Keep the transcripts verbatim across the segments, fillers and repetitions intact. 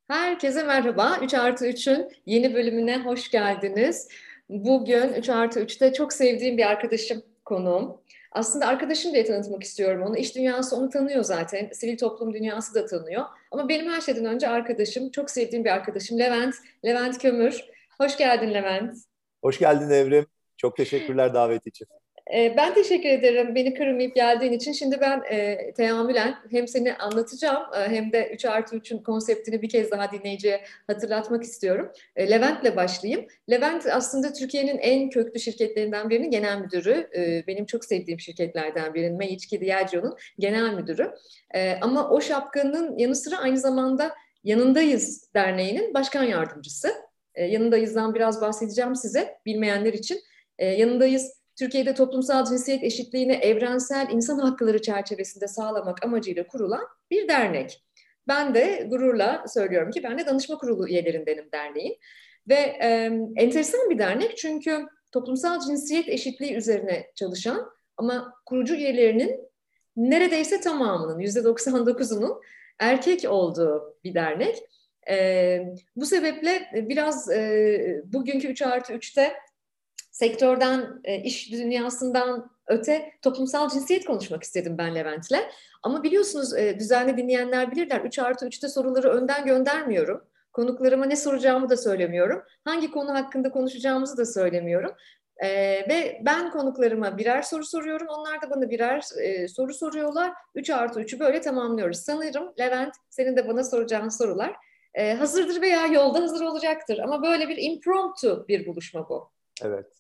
Herkese merhaba. üç artı üçün yeni bölümüne hoş geldiniz. Bugün üç artı üçte çok sevdiğim bir arkadaşım konuğum. Aslında arkadaşım diye tanıtmak istiyorum onu. İş dünyası onu tanıyor zaten. Sivil toplum dünyası da tanıyor. Ama benim her şeyden önce arkadaşım, çok sevdiğim bir arkadaşım Levent. Levent Kömür. Hoş geldin Levent. Hoş geldin Evrim. Çok teşekkürler davet için. E, Ben teşekkür ederim beni kırmayıp geldiğin için. Şimdi ben e, teamülen hem seni anlatacağım e, hem de üç artı üçün konseptini bir kez daha dinleyiciye hatırlatmak istiyorum. E, Levent'le başlayayım. Levent aslında Türkiye'nin en köklü şirketlerinden birinin genel müdürü. E, benim çok sevdiğim şirketlerden birinin, M H K Diageo'nun genel müdürü. E, ama o şapkanın yanı sıra aynı zamanda Yanındayız Derneği'nin başkan yardımcısı. E, Yanındayız'dan biraz bahsedeceğim size bilmeyenler için. E, Yanındayız Türkiye'de toplumsal cinsiyet eşitliğini evrensel insan hakları çerçevesinde sağlamak amacıyla kurulan bir dernek. Ben de gururla söylüyorum ki ben de danışma kurulu üyelerindenim derneğin. Ve e, enteresan bir dernek çünkü toplumsal cinsiyet eşitliği üzerine çalışan ama kurucu üyelerinin neredeyse tamamının, yüzde doksan dokuzunun erkek olduğu bir dernek. E, bu sebeple biraz e, bugünkü üç artı üçte sektörden, e, iş dünyasından öte toplumsal cinsiyet konuşmak istedim ben Levent'le. Ama biliyorsunuz e, düzenli dinleyenler bilirler. üç artı üçte soruları önden göndermiyorum. Konuklarıma ne soracağımı da söylemiyorum. Hangi konu hakkında konuşacağımızı da söylemiyorum. E, ve ben konuklarıma birer soru soruyorum. Onlar da bana birer e, soru soruyorlar. üç artı üçü böyle tamamlıyoruz. Sanırım Levent senin de bana soracağın sorular e, hazırdır veya yolda hazır olacaktır. Ama böyle bir impromptu bir buluşma bu. Evet.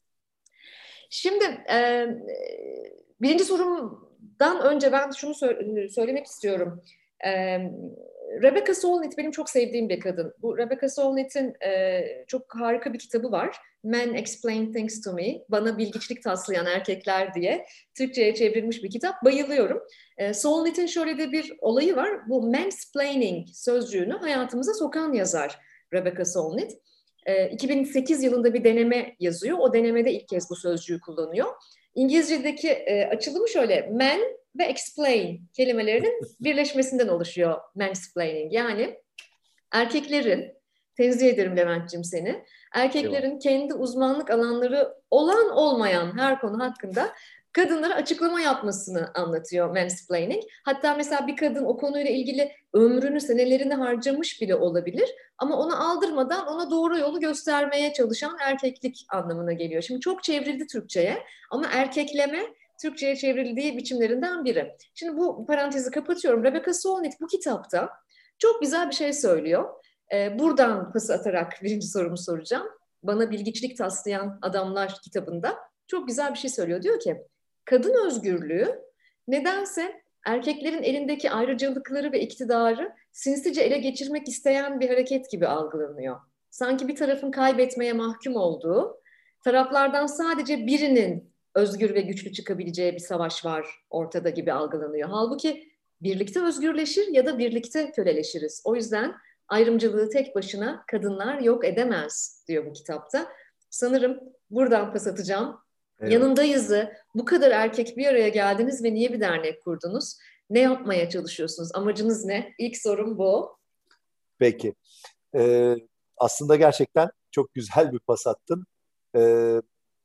Şimdi e, birinci sorumdan önce ben şunu sö- söylemek istiyorum. E, Rebecca Solnit benim çok sevdiğim bir kadın. Bu Rebecca Solnit'in e, çok harika bir kitabı var. Men Explain Things to Me, Bana Bilgiçlik Taslayan Erkekler diye Türkçe'ye çevrilmiş bir kitap. Bayılıyorum. E, Solnit'in şöyle de bir olayı var. Bu mansplaining sözcüğünü hayatımıza sokan yazar Rebecca Solnit. iki bin sekiz yılında bir deneme yazıyor. O denemede ilk kez bu sözcüğü kullanıyor. İngilizce'deki e, açılımı şöyle: man ve explain kelimelerinin birleşmesinden oluşuyor mansplaining. Yani erkeklerin, tenzih ederim Levent'cim seni, Eyvallah. erkeklerin kendi uzmanlık alanları olan olmayan her konu hakkında kadınlara açıklama yapmasını anlatıyor mansplaining. Hatta mesela bir kadın o konuyla ilgili ömrünü, senelerini harcamış bile olabilir ama onu aldırmadan ona doğru yolu göstermeye çalışan erkeklik anlamına geliyor. Şimdi çok çevrildi Türkçe'ye ama erkekleme Türkçe'ye çevrildiği biçimlerinden biri. Şimdi bu parantezi kapatıyorum. Rebecca Solnit bu kitapta çok güzel bir şey söylüyor. Ee, buradan pası atarak birinci sorumu soracağım. Bana Bilgiçlik Taslayan Adamlar kitabında çok güzel bir şey söylüyor. Diyor ki, kadın özgürlüğü nedense erkeklerin elindeki ayrıcalıkları ve iktidarı sinsice ele geçirmek isteyen bir hareket gibi algılanıyor. Sanki bir tarafın kaybetmeye mahkum olduğu, taraflardan sadece birinin özgür ve güçlü çıkabileceği bir savaş var ortada gibi algılanıyor. Halbuki birlikte özgürleşir ya da birlikte köleleşiriz. O yüzden ayrımcılığı tek başına kadınlar yok edemez diyor bu kitapta. Sanırım buradan pas atacağım. Evet. Yanındayız'ı bu kadar erkek bir araya geldiniz ve niye bir dernek kurdunuz? Ne yapmaya çalışıyorsunuz? Amacınız ne? İlk sorum bu. Peki. Ee, Aslında gerçekten çok güzel bir pas attın. Ee,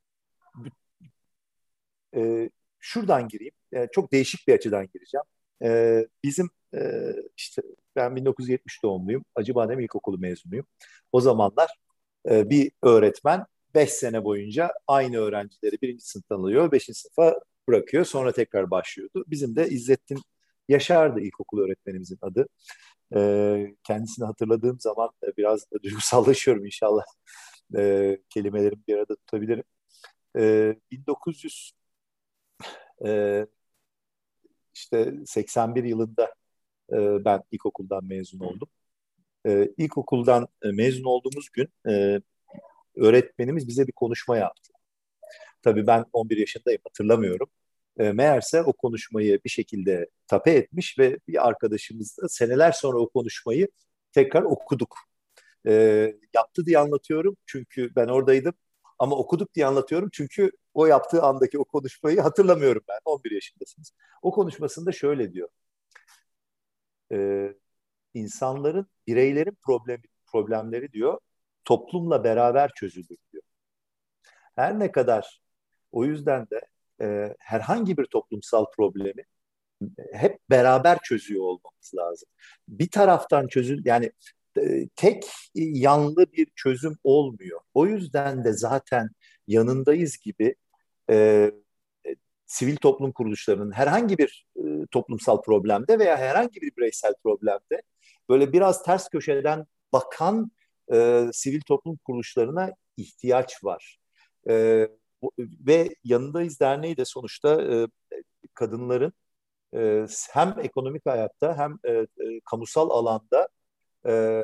e, Şuradan gireyim. Ee, çok değişik bir açıdan gireceğim. Ee, bizim e, işte ben bin dokuz yüz yetmiş doğumluyum. Acıbadem İlkokulu mezunuyum. O zamanlar e, bir öğretmen beş sene boyunca aynı öğrencileri birinci sınıftan alıyor, beşinci sınıfa bırakıyor. Sonra tekrar başlıyordu. Bizim de İzzettin Yaşar'dı ilkokul öğretmenimizin adı. Ee, kendisini hatırladığım zaman e, biraz duygusallaşıyorum inşallah. Ee, kelimelerimi bir arada tutabilirim. Ee, bin dokuz yüz e, işte seksen bir yılında e, ben ilkokuldan mezun oldum. Ee, ilkokuldan e, mezun olduğumuz gün e, öğretmenimiz bize bir konuşma yaptı. Tabii ben on bir yaşındayım, hatırlamıyorum. E, meğerse o konuşmayı bir şekilde tape etmiş ve bir arkadaşımız da seneler sonra o konuşmayı tekrar okuduk. E, Yaptı diye anlatıyorum çünkü ben oradaydım. Ama okuduk diye anlatıyorum çünkü o yaptığı andaki o konuşmayı hatırlamıyorum ben. on bir yaşındasınız. O konuşmasında şöyle diyor. insanların, bireylerin problem, problemleri diyor toplumla beraber çözülür diyor. Her ne kadar o yüzden de e, herhangi bir toplumsal problemi hep beraber çözüyor olmamız lazım. Bir taraftan çözül yani e, tek yanlı bir çözüm olmuyor. O yüzden de zaten yanındayız gibi e, e, sivil toplum kuruluşlarının herhangi bir e, toplumsal problemde veya herhangi bir bireysel problemde böyle biraz ters köşeden bakan e, sivil toplum kuruluşlarına ihtiyaç var. E, bu, ve yanındayız derneği de sonuçta e, kadınların e, hem ekonomik hayatta hem e, e, kamusal alanda e,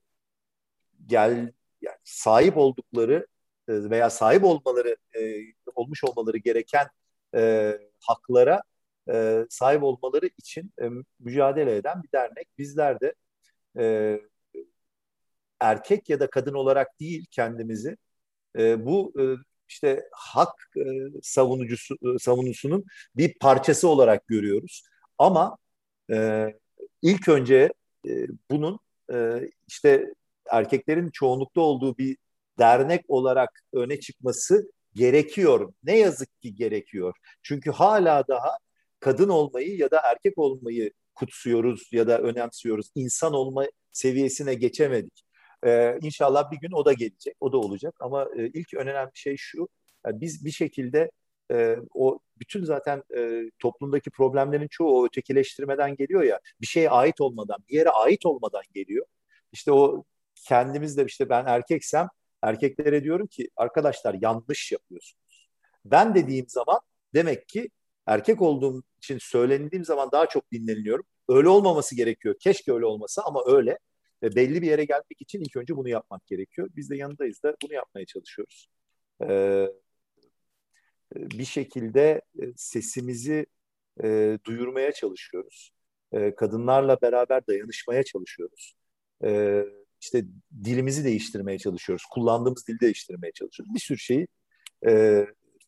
gel yani sahip oldukları e, veya sahip olmaları e, olmuş olmaları gereken e, haklara e, sahip olmaları için e, mücadele eden bir dernek. Bizler de e, erkek ya da kadın olarak değil kendimizi e, bu e, işte hak e, savunucusu e, savunusunun bir parçası olarak görüyoruz. Ama e, ilk önce e, bunun e, işte erkeklerin çoğunlukta olduğu bir dernek olarak öne çıkması gerekiyor. Ne yazık ki gerekiyor. Çünkü hala daha kadın olmayı ya da erkek olmayı kutsuyoruz ya da önemsiyoruz. İnsan olma seviyesine geçemedik. Ee, İnşallah bir gün o da gelecek, o da olacak. Ama e, ilk önemli şey şu, yani biz bir şekilde e, o bütün zaten e, toplumdaki problemlerin çoğu o ötekileştirmeden geliyor ya, bir şeye ait olmadan, bir yere ait olmadan geliyor. İşte o kendimiz de işte ben erkeksem erkeklere diyorum ki arkadaşlar yanlış yapıyorsunuz. Ben dediğim zaman demek ki erkek olduğum için söylendiğim zaman daha çok dinleniliyorum. Öyle olmaması gerekiyor. Keşke öyle olmasa ama öyle. Ve belli bir yere gelmek için ilk önce bunu yapmak gerekiyor. Biz de yanındayız da bunu yapmaya çalışıyoruz. Ee, bir şekilde e, sesimizi e, duyurmaya çalışıyoruz. E, kadınlarla beraber dayanışmaya çalışıyoruz. E, işte dilimizi değiştirmeye çalışıyoruz. Kullandığımız dili değiştirmeye çalışıyoruz. Bir sürü şeyi e,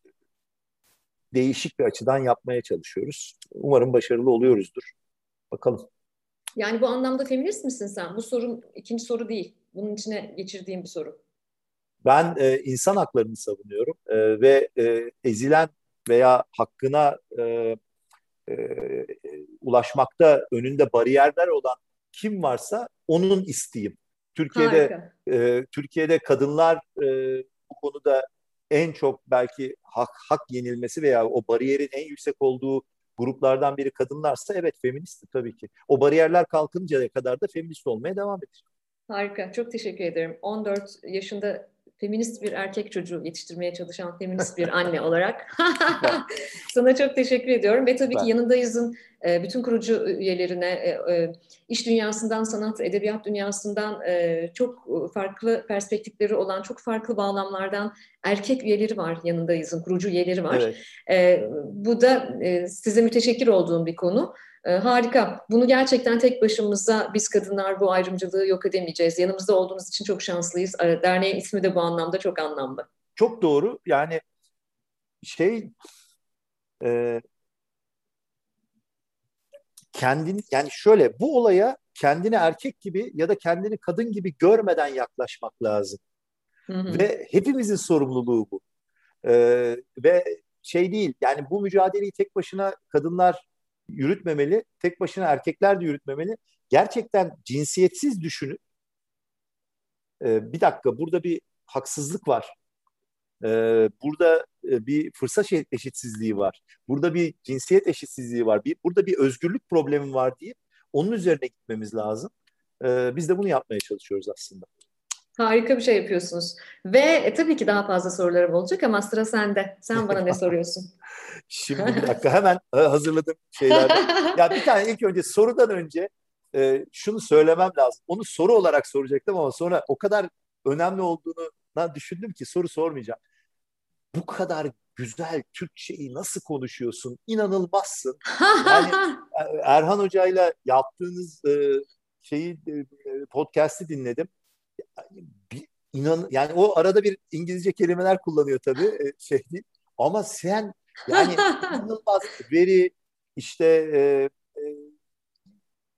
değişik bir açıdan yapmaya çalışıyoruz. Umarım başarılı oluyoruzdur. Bakalım. Yani bu anlamda feminist misin sen? Bu sorun ikinci soru değil. Bunun içine geçirdiğim bir soru. Ben e, insan haklarını savunuyorum e, ve e, ezilen veya hakkına e, e, ulaşmakta önünde bariyerler olan kim varsa onun isteyeyim. Türkiye'de Harika. e, Türkiye'de kadınlar e, bu konuda en çok belki hak, hak yenilmesi veya o bariyerin en yüksek olduğu gruplardan biri kadınlarsa evet feministim tabii ki. O bariyerler kalkıncaya kadar da feminist olmaya devam edeceğim. Harika. Çok teşekkür ederim. on dört yaşında feminist bir erkek çocuğu yetiştirmeye çalışan feminist bir anne olarak Süper, sana çok teşekkür ediyorum. Ve tabii ki süper. yanındayızın e, bütün kurucu üyelerine, e, e, iş dünyasından, sanat, edebiyat dünyasından e, çok farklı perspektifleri olan, çok farklı bağlamlardan erkek üyeleri var yanındayızın, kurucu üyeleri var. Evet. E, bu da e, size müteşekkir olduğum bir konu. Ee, harika. Bunu gerçekten tek başımıza biz kadınlar bu ayrımcılığı yok edemeyeceğiz. Yanımızda olduğunuz için çok şanslıyız. Ee, Derneğin ismi de bu anlamda çok anlamlı. Çok doğru. Yani şey e, kendini yani şöyle bu olaya kendini erkek gibi ya da kendini kadın gibi görmeden yaklaşmak lazım. Hı hı. Ve hepimizin sorumluluğu bu. Ee, ve şey değil yani bu mücadeleyi tek başına kadınlar yürütmemeli, tek başına erkekler de yürütmemeli. Gerçekten cinsiyetsiz düşünün. Ee, bir dakika burada bir haksızlık var. Ee, burada e, bir fırsat eşitsizliği var. Burada bir cinsiyet eşitsizliği var. Bir, burada bir özgürlük problemi var deyip onun üzerine gitmemiz lazım. Ee, biz de bunu yapmaya çalışıyoruz aslında. Harika bir şey yapıyorsunuz. Ve e, tabii ki daha fazla sorularım olacak ama sıra sende. Sen bana ne soruyorsun? Şimdi bir dakika hemen e, hazırladığım şeylerden. Ya bir tane ilk önce sorudan önce e, şunu söylemem lazım. Onu soru olarak soracaktım ama sonra o kadar önemli olduğunu düşündüm ki soru sormayacağım. Bu kadar güzel Türkçeyi nasıl konuşuyorsun? İnanılmazsın. Yani e, Erhan Hoca'yla yaptığınız e, şeyi e, podcast'i dinledim. Bir, inan yani o arada bir İngilizce kelimeler kullanıyor tabii e, şey değil. Ama sen yani inanılmaz veri işte e, e,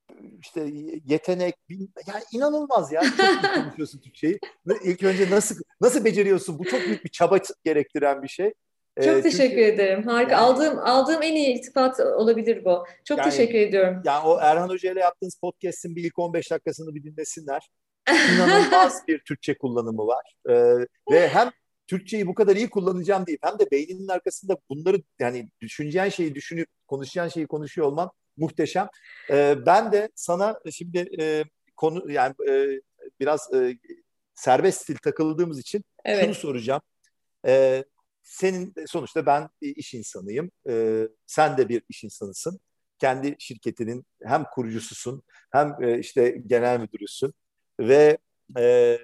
işte yetenek, yani inanılmaz ya. Çok iyi konuşuyorsun Türkçeyi. İlk önce nasıl nasıl beceriyorsun? Bu çok büyük bir çaba gerektiren bir şey. Çok Ee, teşekkür Türkiye ederim. Harika. yani Aldığım aldığım en iyi iltifat olabilir bu. Çok yani teşekkür ediyorum. yani o Erhan Hoca ile yaptığınız podcast'in bir ilk on beş dakikasını bir dinlesinler. İnanılmaz bir Türkçe kullanımı var. Ee, ve hem Türkçeyi bu kadar iyi kullanacağım deyip hem de beyninin arkasında bunları, yani düşüneceğin şeyi düşünüp konuşacağın şeyi konuşuyor olman muhteşem. Ee, ben de sana şimdi e, konu yani e, biraz e, serbest stil takıldığımız için şunu Evet. soracağım. Ee, senin sonuçta ben iş insanıyım. Ee, sen de bir iş insanısın. Kendi şirketinin hem kurucususun hem e, işte genel müdürüsün ve e,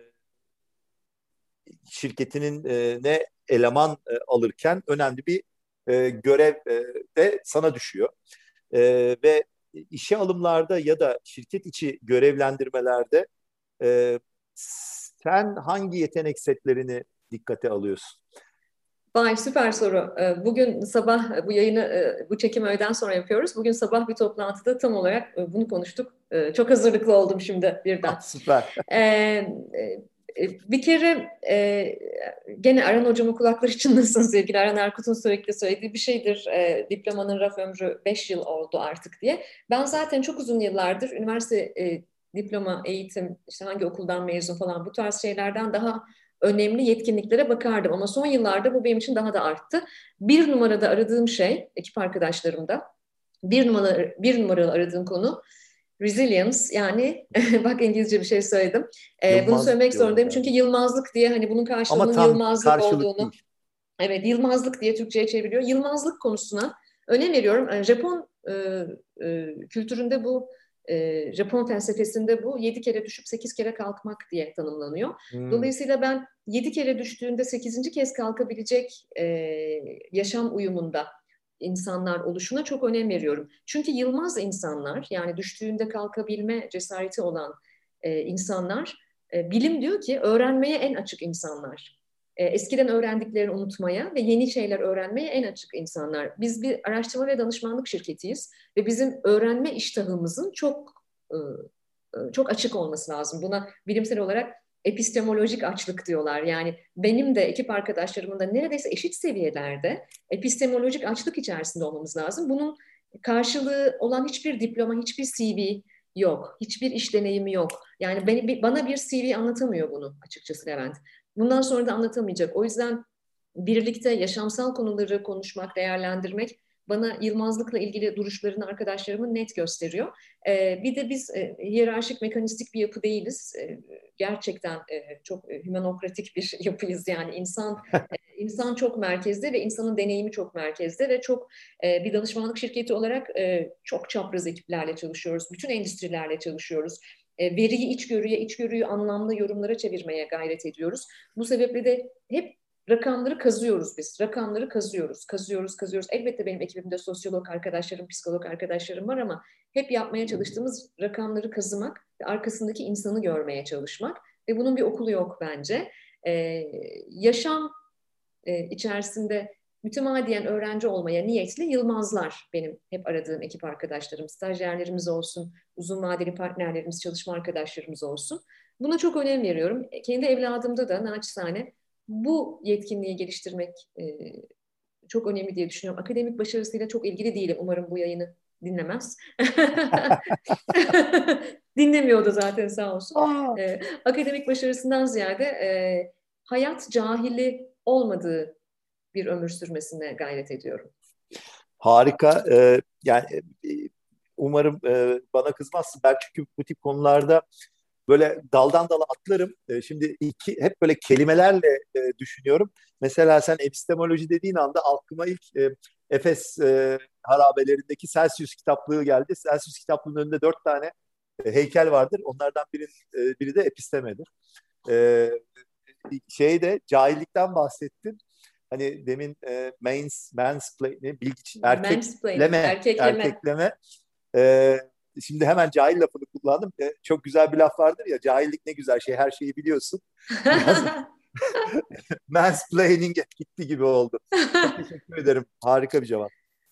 şirketinin e, ne eleman e, alırken önemli bir e, görev e, de sana düşüyor. E, ve işe alımlarda ya da şirket içi görevlendirmelerde e, sen hangi yetenek setlerini dikkate alıyorsun? Vay, süper soru. Ee, Bugün sabah e, bu yayını, e, bu çekimi öğleden sonra yapıyoruz. Bugün sabah bir toplantıda tam olarak e, bunu konuştuk. E, Çok hazırlıklı oldum şimdi birden. Ah, süper. Ee, e, Bir kere e, gene Aran hocamın kulakları çınlasın, sevgili Aran Erkut'un sürekli söylediği bir şeydir. E, diplomanın raf ömrü beş yıl oldu artık diye. Ben zaten çok uzun yıllardır üniversite e, diploma, eğitim, işte hangi okuldan mezun falan, bu tarz şeylerden daha önemli yetkinliklere bakardım. Ama son yıllarda bu benim için daha da arttı. Bir numarada aradığım şey, ekip arkadaşlarımda, bir numara, bir numaralı aradığım konu resilience, yani bak İngilizce bir şey söyledim. Ee, bunu Yılmazlık söylemek diyorlar zorundayım çünkü galiba. yılmazlık diye, hani bunun Ama karşılığının tam yılmazlık karşılık olduğunu, değil. evet, yılmazlık diye Türkçe'ye çeviriyor. Yılmazlık konusuna önem veriyorum. Yani Japon e, e, kültüründe bu, e, Japon felsefesinde bu yedi kere düşüp sekiz kere kalkmak diye tanımlanıyor. Hmm. Dolayısıyla ben yedi kere düştüğünde sekizinci kez kalkabilecek e, yaşam uyumunda insanlar oluşuna çok önem veriyorum. Çünkü yılmaz insanlar, yani düştüğünde kalkabilme cesareti olan e, insanlar, e, bilim diyor ki öğrenmeye en açık insanlar. E, eskiden öğrendiklerini unutmaya ve yeni şeyler öğrenmeye en açık insanlar. Biz bir araştırma ve danışmanlık şirketiyiz ve bizim öğrenme iştahımızın çok e, e, çok açık olması lazım. Buna bilimsel olarak epistemolojik açlık diyorlar. Yani benim de ekip arkadaşlarımın da neredeyse eşit seviyelerde epistemolojik açlık içerisinde olmamız lazım. Bunun karşılığı olan hiçbir diploma, hiçbir C V yok. Hiçbir iş deneyimi yok. Yani beni, bana bir C V anlatamıyor bunu açıkçası Levent. Bundan sonra da anlatamayacak. O yüzden birlikte yaşamsal konuları konuşmak, değerlendirmek bana Yılmazlıkla ilgili duruşlarını arkadaşlarımın net gösteriyor. Ee, bir de biz e, hiyerarşik, mekanistik bir yapı değiliz. E, gerçekten e, çok e, hümanokratik bir yapıyız. Yani insan e, insan çok merkezde ve insanın deneyimi çok merkezde ve çok e, bir danışmanlık şirketi olarak e, çok çapraz ekiplerle çalışıyoruz. Bütün endüstrilerle çalışıyoruz. E, veriyi içgörüye, içgörüyü anlamlı yorumlara çevirmeye gayret ediyoruz. Bu sebeple de hep rakamları kazıyoruz biz. Rakamları kazıyoruz, kazıyoruz, kazıyoruz. Elbette benim ekibimde sosyolog arkadaşlarım, psikolog arkadaşlarım var ama hep yapmaya çalıştığımız rakamları kazımak ve arkasındaki insanı görmeye çalışmak. Ve bunun bir okulu yok bence. Ee, yaşam e, içerisinde mütemadiyen öğrenci olmaya niyetli Yılmazlar benim hep aradığım ekip arkadaşlarım. Stajyerlerimiz olsun, uzun vadeli partnerlerimiz, çalışma arkadaşlarımız olsun. Buna çok önem veriyorum. Kendi evladımda da naçizane bu yetkinliği geliştirmek e, çok önemli diye düşünüyorum. Akademik başarısıyla çok ilgili değilim. Umarım bu yayını dinlemez. Dinlemiyordu zaten, sağ olsun. Aa, E, akademik başarısından ziyade e, hayat cahili olmadığı bir ömür sürmesine gayret ediyorum. harika. Ee, yani e, umarım e, bana kızmazsın. Ben çünkü bu tip konularda böyle daldan dala atlarım. E, şimdi iki, hep böyle kelimelerle e, düşünüyorum. Mesela sen epistemoloji dediğin anda aklıma ilk e, Efes e, harabelerindeki Celsius kitaplığı geldi. Celsius kitaplığının önünde dört tane e, heykel vardır. Onlardan biri, e, biri de epistemedir. E, şeyde cahillikten bahsettin. Hani demin e, mains, mansplaining, bilgi, Mansplaining, erkekleme, erkekleme. erkekleme. E, şimdi hemen cahil lafını kullandım. E, çok güzel bir laf vardır ya, cahillik ne güzel şey, her şeyi biliyorsun. Biraz mansplaining gitti gibi oldu. Çok teşekkür ederim. Harika bir cevap.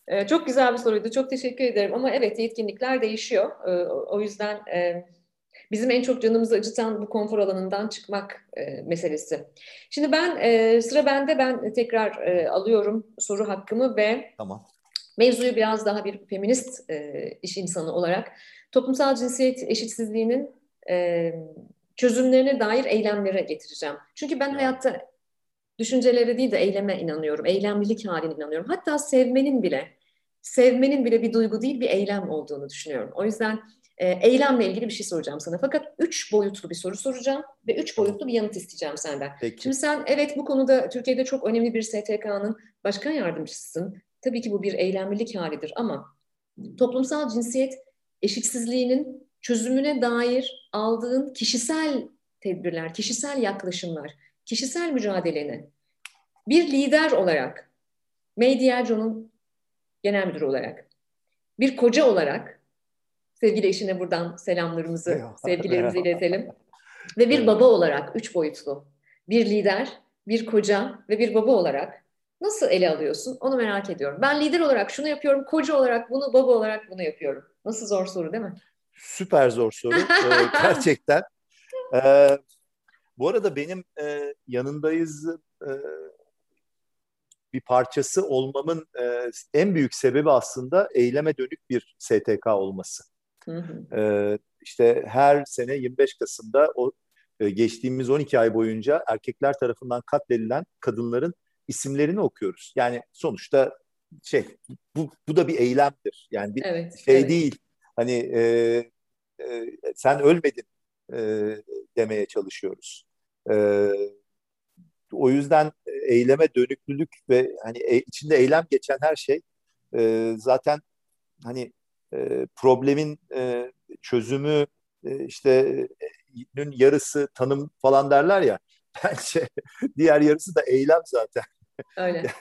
Ee, çok güzel bir soruydu. Çok teşekkür ederim. Ama evet, yetkinlikler değişiyor. Ee, o o yüzden e, bizim en çok canımızı acıtan bu konfor alanından çıkmak e, meselesi. Şimdi ben e, sıra bende, ben tekrar e, alıyorum soru hakkımı ve Tamam. mevzuyu biraz daha bir feminist e, iş insanı olarak toplumsal cinsiyet eşitsizliğinin e, çözümlerine dair eylemlere getireceğim. Çünkü ben Bravo. hayatta düşüncelere değil de eyleme inanıyorum. Eylemlilik haline inanıyorum. Hatta sevmenin bile, sevmenin bile bir duygu değil, bir eylem olduğunu düşünüyorum. O yüzden e, eylemle ilgili bir şey soracağım sana. Fakat üç boyutlu bir soru soracağım ve üç Tamam. boyutlu bir yanıt isteyeceğim senden. Peki. Şimdi sen, evet, bu konuda Türkiye'de çok önemli bir S T K'nın başkan yardımcısısın. Tabii ki bu bir eylemlilik halidir ama toplumsal cinsiyet eşitsizliğinin çözümüne dair aldığın kişisel tedbirler, kişisel yaklaşımlar, kişisel mücadeleni bir lider olarak, May Diageo'nun genel müdürü olarak, bir koca olarak, sevgili eşine buradan selamlarımızı, Eyvallah. sevgilerimizi Eyvallah. iletelim, ve bir Evet. baba olarak, üç boyutlu, bir lider, bir koca ve bir baba olarak nasıl ele alıyorsun? Onu merak ediyorum. Ben lider olarak şunu yapıyorum, koca olarak bunu, baba olarak bunu yapıyorum. Nasıl zor soru değil mi? Süper zor soru. Ee, gerçekten. Ee, bu arada benim e, yanındayız e, bir parçası olmamın e, en büyük sebebi aslında eyleme dönük bir S T K olması. Hı hı. Ee, işte her sene yirmi beş Kasım'da o e, geçtiğimiz on iki ay boyunca erkekler tarafından katledilen kadınların isimlerini okuyoruz. Yani sonuçta şey bu, bu da bir eylemdir. Yani bir Evet, şey evet. değil. Hani e, e, sen ölmedin e, demeye çalışıyoruz. E, o yüzden eyleme dönüklülük ve hani e, içinde eylem geçen her şey e, zaten hani e, problemin e, çözümü e, işte e, yarısı tanım falan derler ya. Bence diğer yarısı da eylem zaten. Öyle.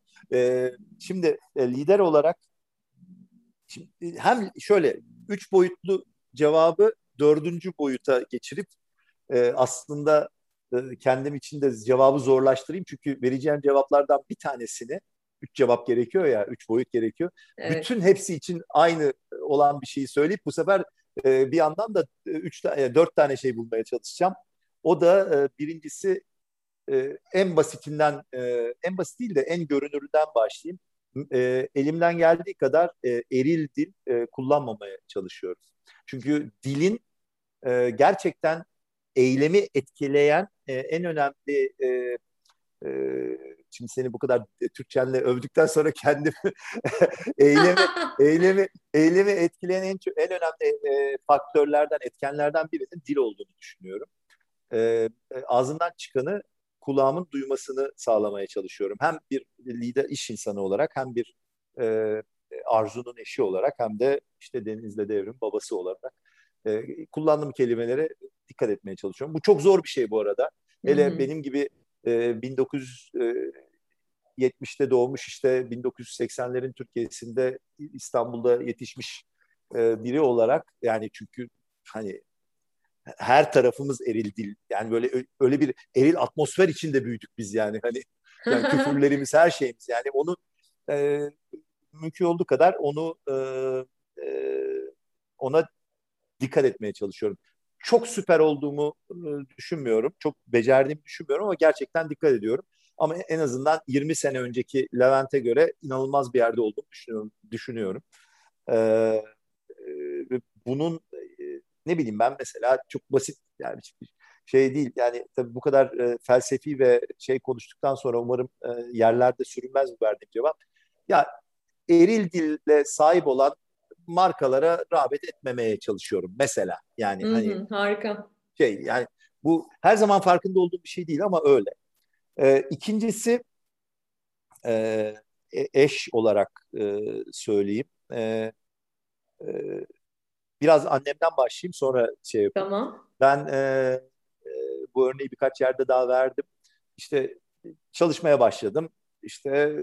E, şimdi e, lider olarak şimdi, hem şöyle üç boyutlu cevabı dördüncü boyuta geçirip e, aslında e, kendim için de cevabı zorlaştırayım. Çünkü vereceğim cevaplardan bir tanesini, üç cevap gerekiyor ya, üç boyut gerekiyor. Evet. Bütün hepsi için aynı olan bir şeyi söyleyip bu sefer e, bir yandan da e, üç tane, dört tane şey bulmaya çalışacağım. O da e, birincisi e, en basitinden, e, en basit değil de en görünürden başlayayım. E, elimden geldiği kadar e, eril dil e, kullanmamaya çalışıyorum. Çünkü dilin e, gerçekten eylemi etkileyen e, en önemli e, e, şimdi seni bu kadar Türkçenle övdükten sonra kendimi eylemi eylemi eylemi etkileyen en, en önemli e, faktörlerden, etkenlerden birinin dil olduğunu düşünüyorum. E, e, ağzından çıkanı kulağımın duymasını sağlamaya çalışıyorum. Hem bir lider iş insanı olarak hem bir e, Arzu'nun eşi olarak hem de işte Deniz'le Devrim babası olarak e, kullandığım kelimelere dikkat etmeye çalışıyorum. Bu çok zor bir şey bu arada. Hı Hele hı. benim gibi e, bin dokuz yüz yetmişte doğmuş işte bin dokuz yüz seksenlerin Türkiye'sinde İstanbul'da yetişmiş e, biri olarak yani çünkü hani her tarafımız eril dil. Yani böyle öyle bir eril atmosfer içinde büyüdük biz yani. Hani yani küfürlerimiz her şeyimiz yani onu e, mümkün olduğu kadar onu e, e, ona dikkat etmeye çalışıyorum. Çok süper olduğumu e, düşünmüyorum. Çok becerdiğimi düşünmüyorum ama gerçekten dikkat ediyorum. Ama en azından yirmi sene önceki Levent'e göre inanılmaz bir yerde olduğumu düşünüyorum. düşünüyorum. Ee, e, bunun e, ne bileyim ben mesela çok basit yani hiçbir şey değil. Yani tabii bu kadar e, felsefi ve şey konuştuktan sonra umarım e, yerlerde sürünmez bu verdiğim cevap. Ya eril dille sahip olan markalara rağbet etmemeye çalışıyorum mesela. Yani Hı hani hı, harika. şey yani bu her zaman farkında olduğum bir şey değil ama öyle. Ee, ikincisi e, e- eş olarak e, söyleyeyim. E, e, biraz annemden başlayayım sonra şey yapayım. Tamam. Ben e, e, bu örneği birkaç yerde daha verdim. İşte çalışmaya başladım. İşte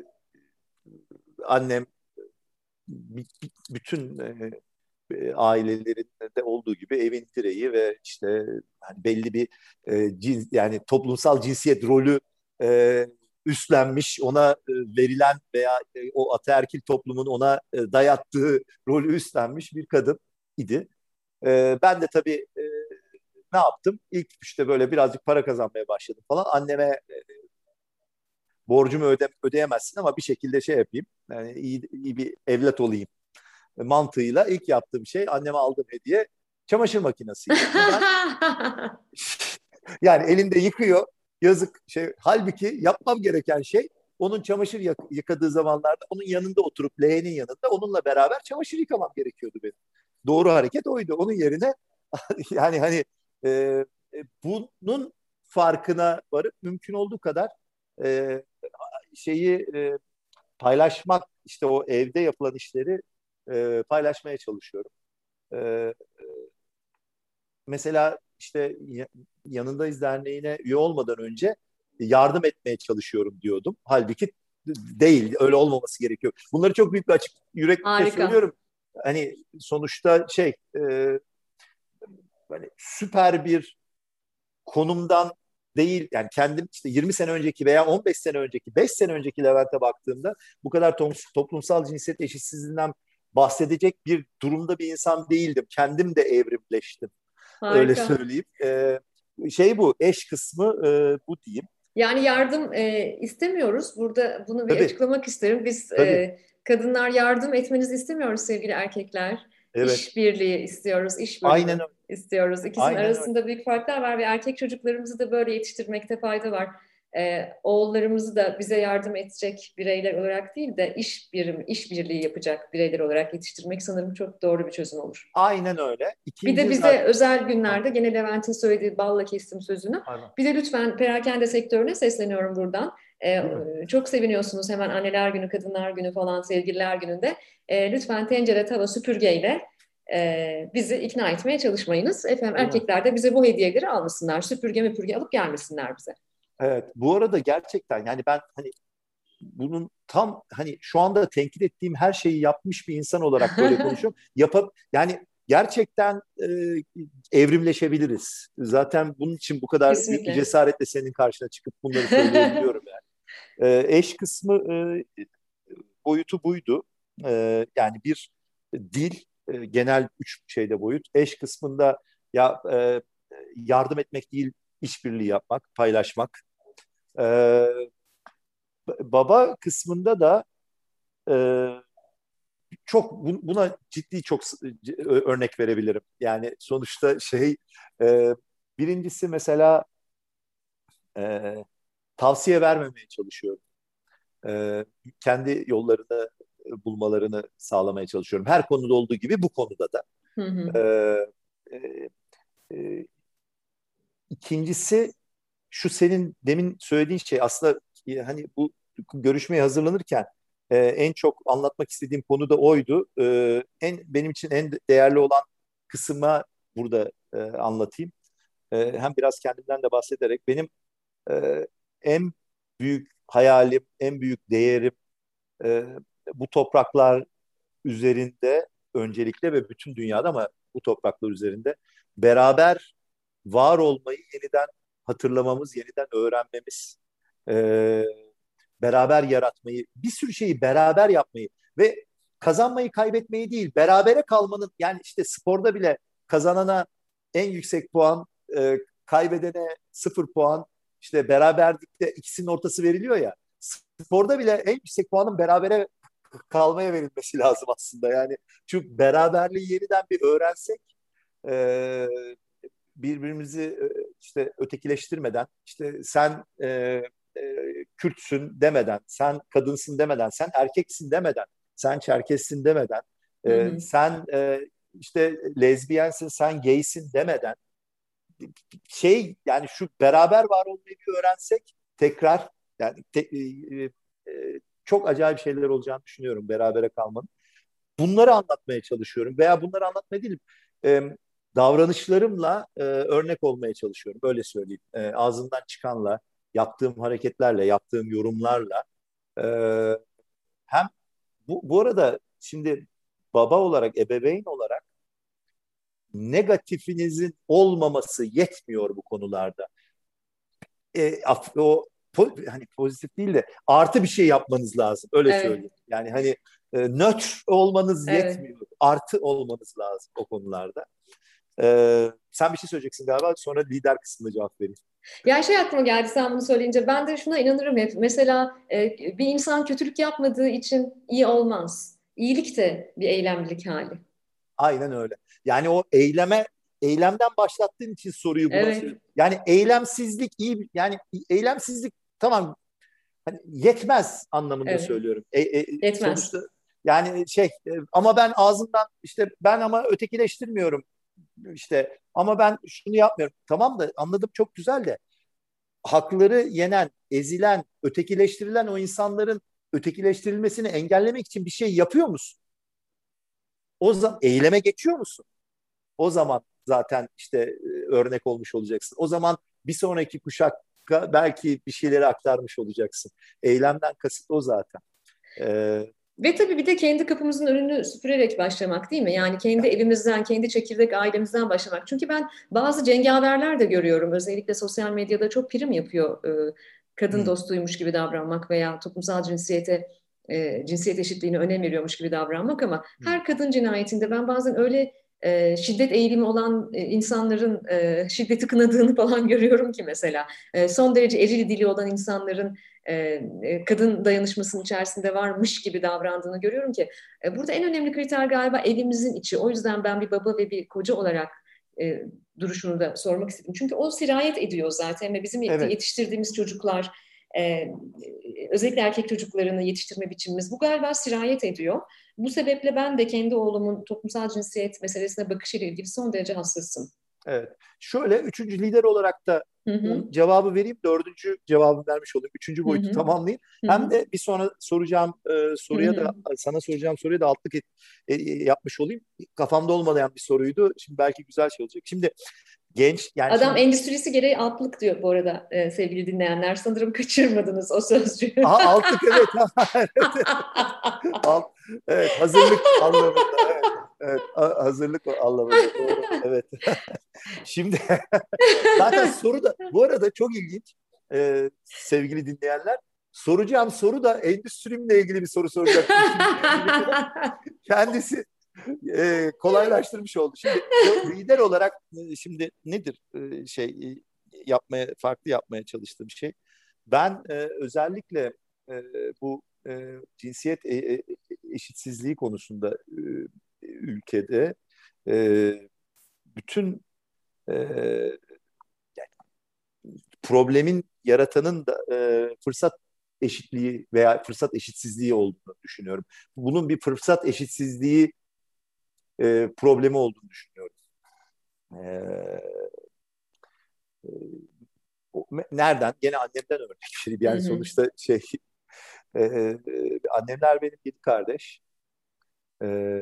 annem b- b- bütün e, e, ailelerinde olduğu gibi evin direği ve işte hani belli bir e, cins, yani toplumsal cinsiyet rolü e, üstlenmiş, ona e, verilen veya e, o ataerkil toplumun ona e, dayattığı rolü üstlenmiş bir kadın idi. E, ben de tabii e, ne yaptım? İlk işte böyle birazcık para kazanmaya başladım falan. Anneme e, borcumu öde, ödeyemezsin ama bir şekilde şey yapayım. Yani iyi, iyi bir evlat olayım mantığıyla ilk yaptığım şey anneme aldığım hediye çamaşır makinesiydi. Ama ben yani elinde yıkıyor yazık şey. Halbuki yapmam gereken şey onun çamaşır yıkadığı zamanlarda onun yanında oturup leğenin yanında onunla beraber çamaşır yıkamam gerekiyordu benim. Doğru hareket oydu. Onun yerine yani hani e, e, bunun farkına varıp mümkün olduğu kadar e, şeyi e, paylaşmak işte o evde yapılan işleri e, paylaşmaya çalışıyorum. E, Mesela işte Yanındayız Derneği'ne üye olmadan önce yardım etmeye çalışıyorum diyordum. Halbuki değil, öyle olmaması gerekiyor. Bunları çok büyük bir açık yürekle Harika. söylüyorum. Hani sonuçta şey, e, hani süper bir konumdan değil yani kendim işte yirmi sene önceki veya on beş sene önceki beş sene önceki Levent'e baktığımda bu kadar toplumsal cinsiyet eşitsizliğinden bahsedecek bir durumda bir insan değildim. Kendim de evrimleştim. Öyle Harika. söyleyeyim. Ee, şey bu eş kısmı e, bu diyeyim. Yani yardım e, istemiyoruz. Burada bunu bir Tabii, açıklamak isterim. Biz tabii. e, kadınlar yardım etmenizi istemiyoruz sevgili erkekler. Evet. İşbirliği istiyoruz, Aynen işbirliği öyle. istiyoruz. İkisinin Aynen öyle. arasında büyük farklar var ve erkek çocuklarımızı da böyle yetiştirmekte fayda var. E, oğullarımızı da bize yardım edecek bireyler olarak değil de iş birim, işbirliği yapacak bireyler olarak yetiştirmek sanırım çok doğru bir çözüm olur. Aynen öyle. Bir de İkinci bize zaten. özel Ha, günlerde gene Levent'in söylediği balla kestim sözünü. pardon. Bir de lütfen perakende sektörüne sesleniyorum buradan. Ee, Değil mi? çok seviniyorsunuz hemen anneler günü, kadınlar günü falan sevgililer gününde. Ee, lütfen tencere, tava, süpürgeyle e, bizi ikna etmeye çalışmayınız. Efendim Değil mi? erkekler de bize bu hediyeleri almasınlar. Süpürge müpürge alıp gelmesinler bize. Evet. Bu arada gerçekten yani ben hani bunun tam hani şu anda tenkit ettiğim her şeyi yapmış bir insan olarak böyle konuşuyorum. Yapıp yani gerçekten e, evrimleşebiliriz. Zaten bunun için bu kadar büyük bir Kesinlikle. cesaretle senin karşına çıkıp bunları söyleyebiliyorum yani. E, eş kısmı e, boyutu buydu. E, yani bir dil, e, genel üç şeyde boyut. Eş kısmında ya e, yardım etmek değil, işbirliği yapmak, paylaşmak. E, Baba kısmında da e, çok buna ciddi çok örnek verebilirim. Yani sonuçta şey e, birincisi mesela e, tavsiye vermemeye çalışıyorum. E, Kendi yollarını bulmalarını sağlamaya çalışıyorum. Her konuda olduğu gibi bu konuda da. Hı hı. E, e, e, İkincisi şu senin demin söylediğin şey aslında e, hani bu görüşmeye hazırlanırken e, en çok anlatmak istediğim konu da oydu. E, en benim için en değerli olan kısma burada e, anlatayım. E, hem biraz kendimden de bahsederek benim e, en büyük hayalim, en büyük değerim e, bu topraklar üzerinde öncelikle ve bütün dünyada ama bu topraklar üzerinde beraber var olmayı yeniden hatırlamamız, yeniden öğrenmemiz, e, beraber yaratmayı, bir sürü şeyi beraber yapmayı ve kazanmayı, kaybetmeyi değil, berabere kalmanın yani işte sporda bile kazanana en yüksek puan, e, kaybedene sıfır puan, işte beraberlikte ikisinin ortası veriliyor ya. Sporda bile en yüksek puanın berabere kalmaya verilmesi lazım aslında. Yani çünkü beraberliği yeniden bir öğrensek e, birbirimizi e, işte ötekileştirmeden işte sen e, e, Kürtsün demeden, sen kadınsın demeden, sen erkeksin demeden, sen Çerkessin demeden, Hı e, hı. sen e, işte lezbiyensin, sen gaysin demeden şey yani şu beraber var olmayı bir öğrensek tekrar yani te, e, e, çok acayip şeyler olacağını düşünüyorum berabere kalmanın. Bunları anlatmaya çalışıyorum veya bunları anlatmaya değil, e, davranışlarımla e, örnek olmaya çalışıyorum. Böyle söyleyeyim. E, ağzımdan çıkanla, yaptığım hareketlerle, yaptığım yorumlarla. E, Hem bu, bu arada şimdi baba olarak, ebeveyn olarak negatifinizin olmaması yetmiyor bu konularda. E, o po- hani pozitif değil de artı bir şey yapmanız lazım. Öyle Evet, söyleyeyim. Yani hani e, nötr olmanız evet. yetmiyor. Artı olmanız lazım o konularda. Ee, sen bir şey söyleyeceksin galiba. Sonra lider kısmına cevap vereyim. Ya şey aklıma geldi sen bunu söyleyince. Ben de şuna inanırım hep. Mesela e, bir insan kötülük yapmadığı için iyi olmaz. İyilik de bir eylemlilik hali. Aynen öyle. Yani o eyleme eylemden başlattığın için soruyu buna Evet, söylüyorum. Yani eylemsizlik iyi yani eylemsizlik tamam hani yetmez anlamında evet. söylüyorum. E, e, Yetmez. sonuçta yani şey e, ama ben ağzımdan işte ben ama ötekileştirmiyorum işte ama ben şunu yapmıyorum. Tamam da anladım çok güzel de hakları yenen, ezilen, ötekileştirilen o insanların ötekileştirilmesini engellemek için bir şey yapıyor musun? O zaman eyleme geçiyor musun? O zaman zaten işte e, örnek olmuş olacaksın. O zaman bir sonraki kuşaka belki bir şeyleri aktarmış olacaksın. Eylemden kasıt o zaten. Ee, Ve tabii bir de kendi kapımızın önünü süpürerek başlamak değil mi? Yani kendi evimizden, kendi çekirdek ailemizden başlamak. Çünkü ben bazı cengaverler de görüyorum. Özellikle sosyal medyada çok prim yapıyor. e, Kadın hmm, dostuymuş gibi davranmak veya toplumsal cinsiyete, e, cinsiyet eşitliğine önem veriyormuş gibi davranmak ama hmm, her kadın cinayetinde ben bazen öyle e, şiddet eğilimi olan e, insanların e, şiddeti kınadığını falan görüyorum ki mesela. E, son derece eril dili olan insanların e, e, kadın dayanışmasının içerisinde varmış gibi davrandığını görüyorum ki e, burada en önemli kriter galiba evimizin içi. O yüzden ben bir baba ve bir koca olarak e, duruşunu da sormak istedim. Çünkü o sirayet ediyor zaten ve bizim evet, yetiştirdiğimiz çocuklar e, özellikle erkek çocuklarını yetiştirme biçimimiz bu galiba sirayet ediyor. Bu sebeple ben de kendi oğlumun toplumsal cinsiyet meselesine bakışıyla ilgili son derece hassasım. evet. Şöyle üçüncü lider olarak da Hı hı, onun cevabı vereyim. Dördüncü cevabı vermiş olayım. Üçüncü hı boyutu hı, tamamlayayım. hı Hem hı, de bir sonra soracağım e, hı soruya hı. da sana soracağım soruya da altlık et, e, e, yapmış olayım. Kafamda olmayan bir soruydu. Şimdi belki güzel şey olacak. Şimdi genç yani Adam şimdi endüstrisi gereği altlık diyor bu arada e, sevgili dinleyenler. Sanırım kaçırmadınız o sözcüğü. aha, altlık evet. Evet. Alt, evet hazırlık anlamında evet. Evet ha- hazırlık anlamında doğru. Evet. Şimdi zaten soru da bu arada çok ilginç e, sevgili dinleyenler. Soracağım soru da endüstrimle ilgili bir soru soracaktım. Şimdi kendisi e, kolaylaştırmış oldu. Şimdi lider olarak e, şimdi nedir e, şey e, yapmaya farklı yapmaya çalıştığım şey. Ben e, özellikle e, bu e, cinsiyet e, e, eşitsizliği konusunda e, ülkede e, bütün e, problemin yaratanın da e, fırsat eşitliği veya fırsat eşitsizliği olduğunu düşünüyorum. Bunun bir fırsat eşitsizliği e, problemi olduğunu düşünüyorum. E, o, nereden? Gene annemden örnek vereyim. Hı Yani hı. sonuçta şey e, e, annemler benim yedi kardeş. E,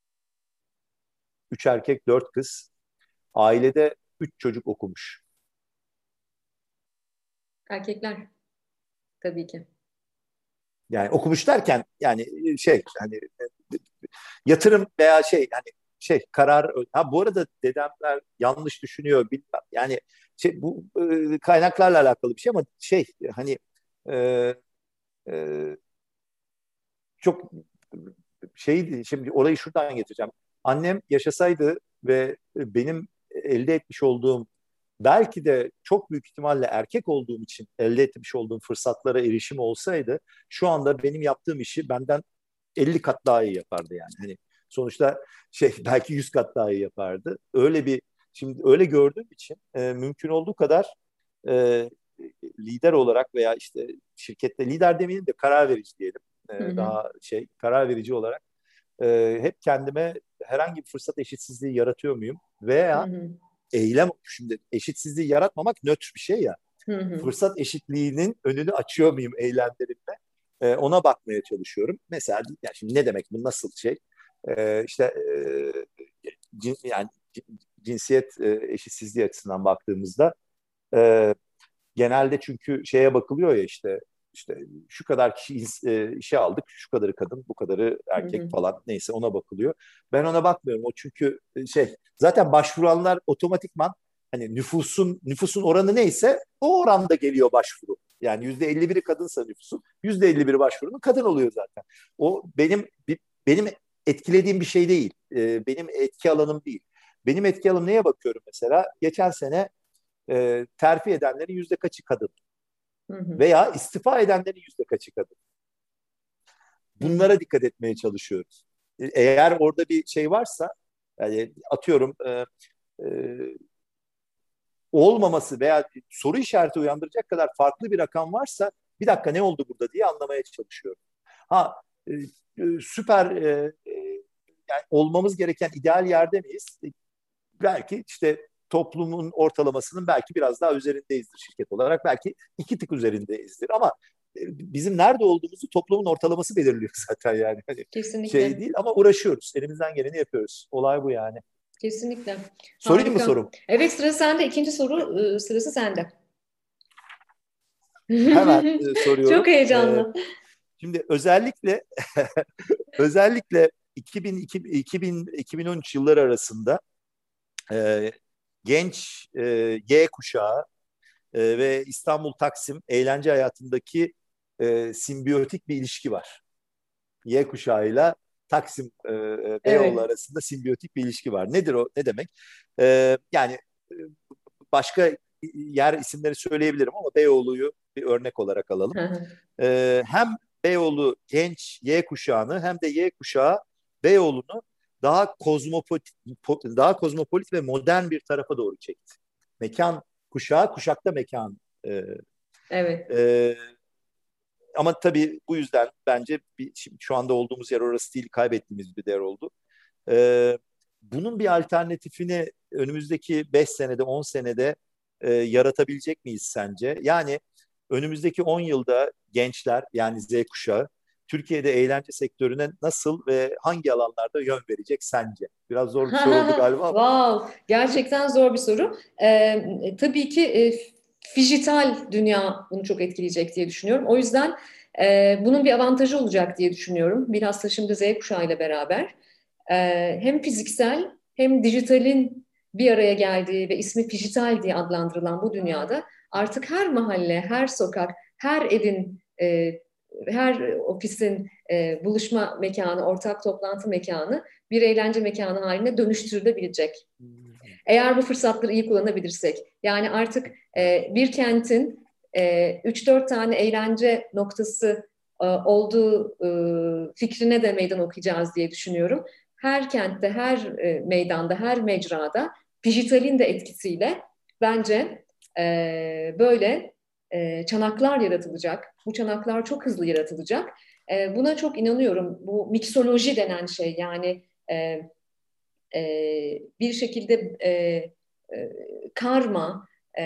üç erkek, dört kız. Ailede üç çocuk okumuş. Erkekler tabii ki. Yani okumuş derken yani şey hani yatırım veya şey hani şey karar ha bu arada dedemler yanlış düşünüyor bilmem yani şey bu e, kaynaklarla alakalı bir şey ama şey hani e, e, çok şeydi şimdi orayı şuradan getireceğim. Annem yaşasaydı ve benim elde etmiş olduğum belki de çok büyük ihtimalle erkek olduğum için elde etmiş olduğum fırsatlara erişim olsaydı şu anda benim yaptığım işi benden elli kat daha iyi yapardı yani. Hani sonuçta şey belki yüz kat daha iyi yapardı. Öyle bir şimdi öyle gördüğüm için e, mümkün olduğu kadar e, lider olarak veya işte şirkette lider demeyelim de karar verici diyelim. E, Hı hı. daha şey karar verici olarak e, hep kendime herhangi bir fırsat eşitsizliği yaratıyor muyum? Hı Veya hı. eylem şimdi eşitsizliği yaratmamak nötr bir şey ya. Hı hı. Fırsat eşitliğinin önünü açıyor muyum eylemlerimle? E, ona bakmaya çalışıyorum. Mesela yani şimdi ne demek bu nasıl şey? E, işte e, cin, yani cinsiyet e, eşitsizliği açısından baktığımızda e, genelde çünkü şeye bakılıyor ya işte işte şu kadar kişi e, işe aldık, şu kadarı kadın, bu kadarı Hı erkek hı. falan neyse ona bakılıyor. Ben ona bakmıyorum. O çünkü e, şey zaten başvuranlar otomatikman hani nüfusun nüfusun oranı neyse o oranda geliyor başvuru. Yani yüzde elli biri kadınsa nüfusun yüzde elli biri başvurunun kadın oluyor zaten. O benim benim etkilediğim bir şey değil. E, benim etki alanım değil. Benim etki alanım neye bakıyorum mesela? Geçen sene e, terfi edenlerin yüzde kaçı kadın? Hı hı. Veya istifa edenlerin yüzde kaçı kadın? Hı hı. Bunlara dikkat etmeye çalışıyoruz. E, Eğer orada bir şey varsa, yani atıyorum e, e, olmaması veya soru işareti uyandıracak kadar farklı bir rakam varsa bir dakika ne oldu burada diye anlamaya çalışıyorum. Ha e, e, süper e, e, yani olmamız gereken ideal yerde miyiz? E, belki işte toplumun ortalamasının belki biraz daha üzerindeyizdir şirket olarak. Belki iki tık üzerindeyizdir ama e, bizim nerede olduğumuzu toplumun ortalaması belirliyor zaten yani. Hani şey Kesinlikle. değil ama uğraşıyoruz. Elimizden geleni yapıyoruz. Olay bu yani. Kesinlikle. Sorayım mı Harika. sorum? Evet, sıra sende. İkinci soru e, sırası sende. Hemen e, soruyorum. Çok E, heyecanlı. şimdi özellikle özellikle iki bin, iki bin, iki bin on üç yılları arasında e, genç e, Y kuşağı e, ve İstanbul Taksim eğlence hayatındaki e, simbiyotik bir ilişki var. Y kuşağıyla Taksim e, e, Beyoğlu Evet. arasında simbiyotik bir ilişki var. Nedir o? Ne demek? E, yani e, başka yer isimleri söyleyebilirim ama Beyoğlu'yu bir örnek olarak alalım. E, hem Beyoğlu genç Y kuşağını hem de Y kuşağı Beyoğlu'nu daha kozmopolit, daha kozmopolit ve modern bir tarafa doğru çekti. Mekan kuşağı, kuşakta mekan. E, Evet. e, ama tabii bu yüzden bence bir, şimdi şu anda olduğumuz yer orası değil, kaybettiğimiz bir değer oldu. E, bunun bir alternatifini önümüzdeki beş senede, on senede e, yaratabilecek miyiz sence? Yani önümüzdeki on yılda gençler yani Z kuşağı Türkiye'de eğlence sektörüne nasıl ve hangi alanlarda yön verecek sence? Biraz zor bir soru oldu galiba ama. Wow, gerçekten zor bir soru. Ee, tabii ki e, dijital dünya bunu çok etkileyecek diye düşünüyorum. O yüzden e, bunun bir avantajı olacak diye düşünüyorum. Bilhassa şimdi Z kuşağı ile beraber. Ee, hem fiziksel hem dijitalin bir araya geldiği ve ismi dijital diye adlandırılan bu dünyada artık her mahalle, her sokak, her evin, e, her ofisin e, buluşma mekanı, ortak toplantı mekanı bir eğlence mekanı haline dönüştürülebilecek. Eğer bu fırsatları iyi kullanabilirsek. Yani artık e, bir kentin e, üç dört tane eğlence noktası e, olduğu e, fikrine de meydan okuyacağız diye düşünüyorum. Her kentte, her e, meydanda, her mecrada dijitalin de etkisiyle bence e, böyle e, çanaklar yaratılacak. Bu çanaklar çok hızlı yaratılacak. E, buna çok inanıyorum. Bu miksoloji denen şey yani e, e, bir şekilde e, e, karma